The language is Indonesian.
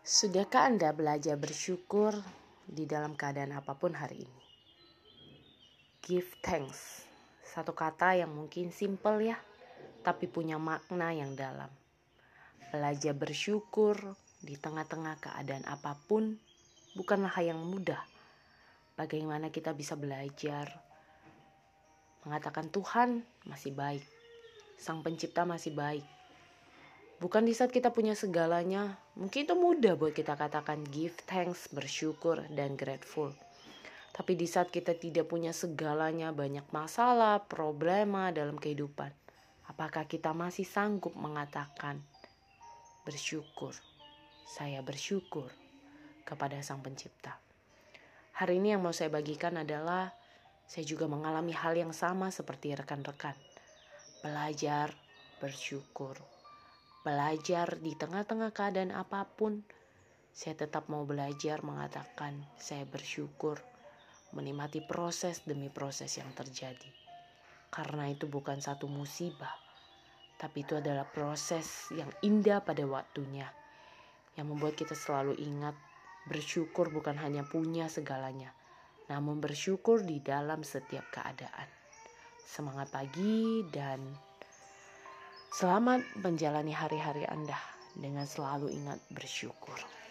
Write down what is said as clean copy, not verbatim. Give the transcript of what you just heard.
Sudahkah Anda belajar bersyukur di dalam keadaan apapun hari ini? Give thanks. Satu kata yang mungkin simple ya, tapi punya makna yang dalam. Belajar bersyukur di tengah-tengah keadaan apapun bukanlah hal yang mudah. Bagaimana kita bisa belajar mengatakan Tuhan masih baik, Sang Pencipta masih baik. Bukan di saat kita punya segalanya, mungkin itu mudah buat kita katakan give thanks, bersyukur, dan grateful. Tapi di saat kita tidak punya segalanya, banyak masalah, problema dalam kehidupan, apakah kita masih sanggup mengatakan bersyukur? Saya bersyukur kepada Sang Pencipta. Hari ini yang mau saya bagikan adalah saya juga mengalami hal yang sama seperti rekan-rekan. Belajar bersyukur. Belajar di tengah-tengah keadaan apapun, saya tetap mau belajar mengatakan saya bersyukur, menikmati proses demi proses yang terjadi. Karena itu bukan satu musibah, tapi itu adalah proses yang indah pada waktunya, yang membuat kita selalu ingat bersyukur bukan hanya punya segalanya, namun bersyukur di dalam setiap keadaan. Semangat pagi dan selamat menjalani hari-hari Anda dengan selalu ingat bersyukur.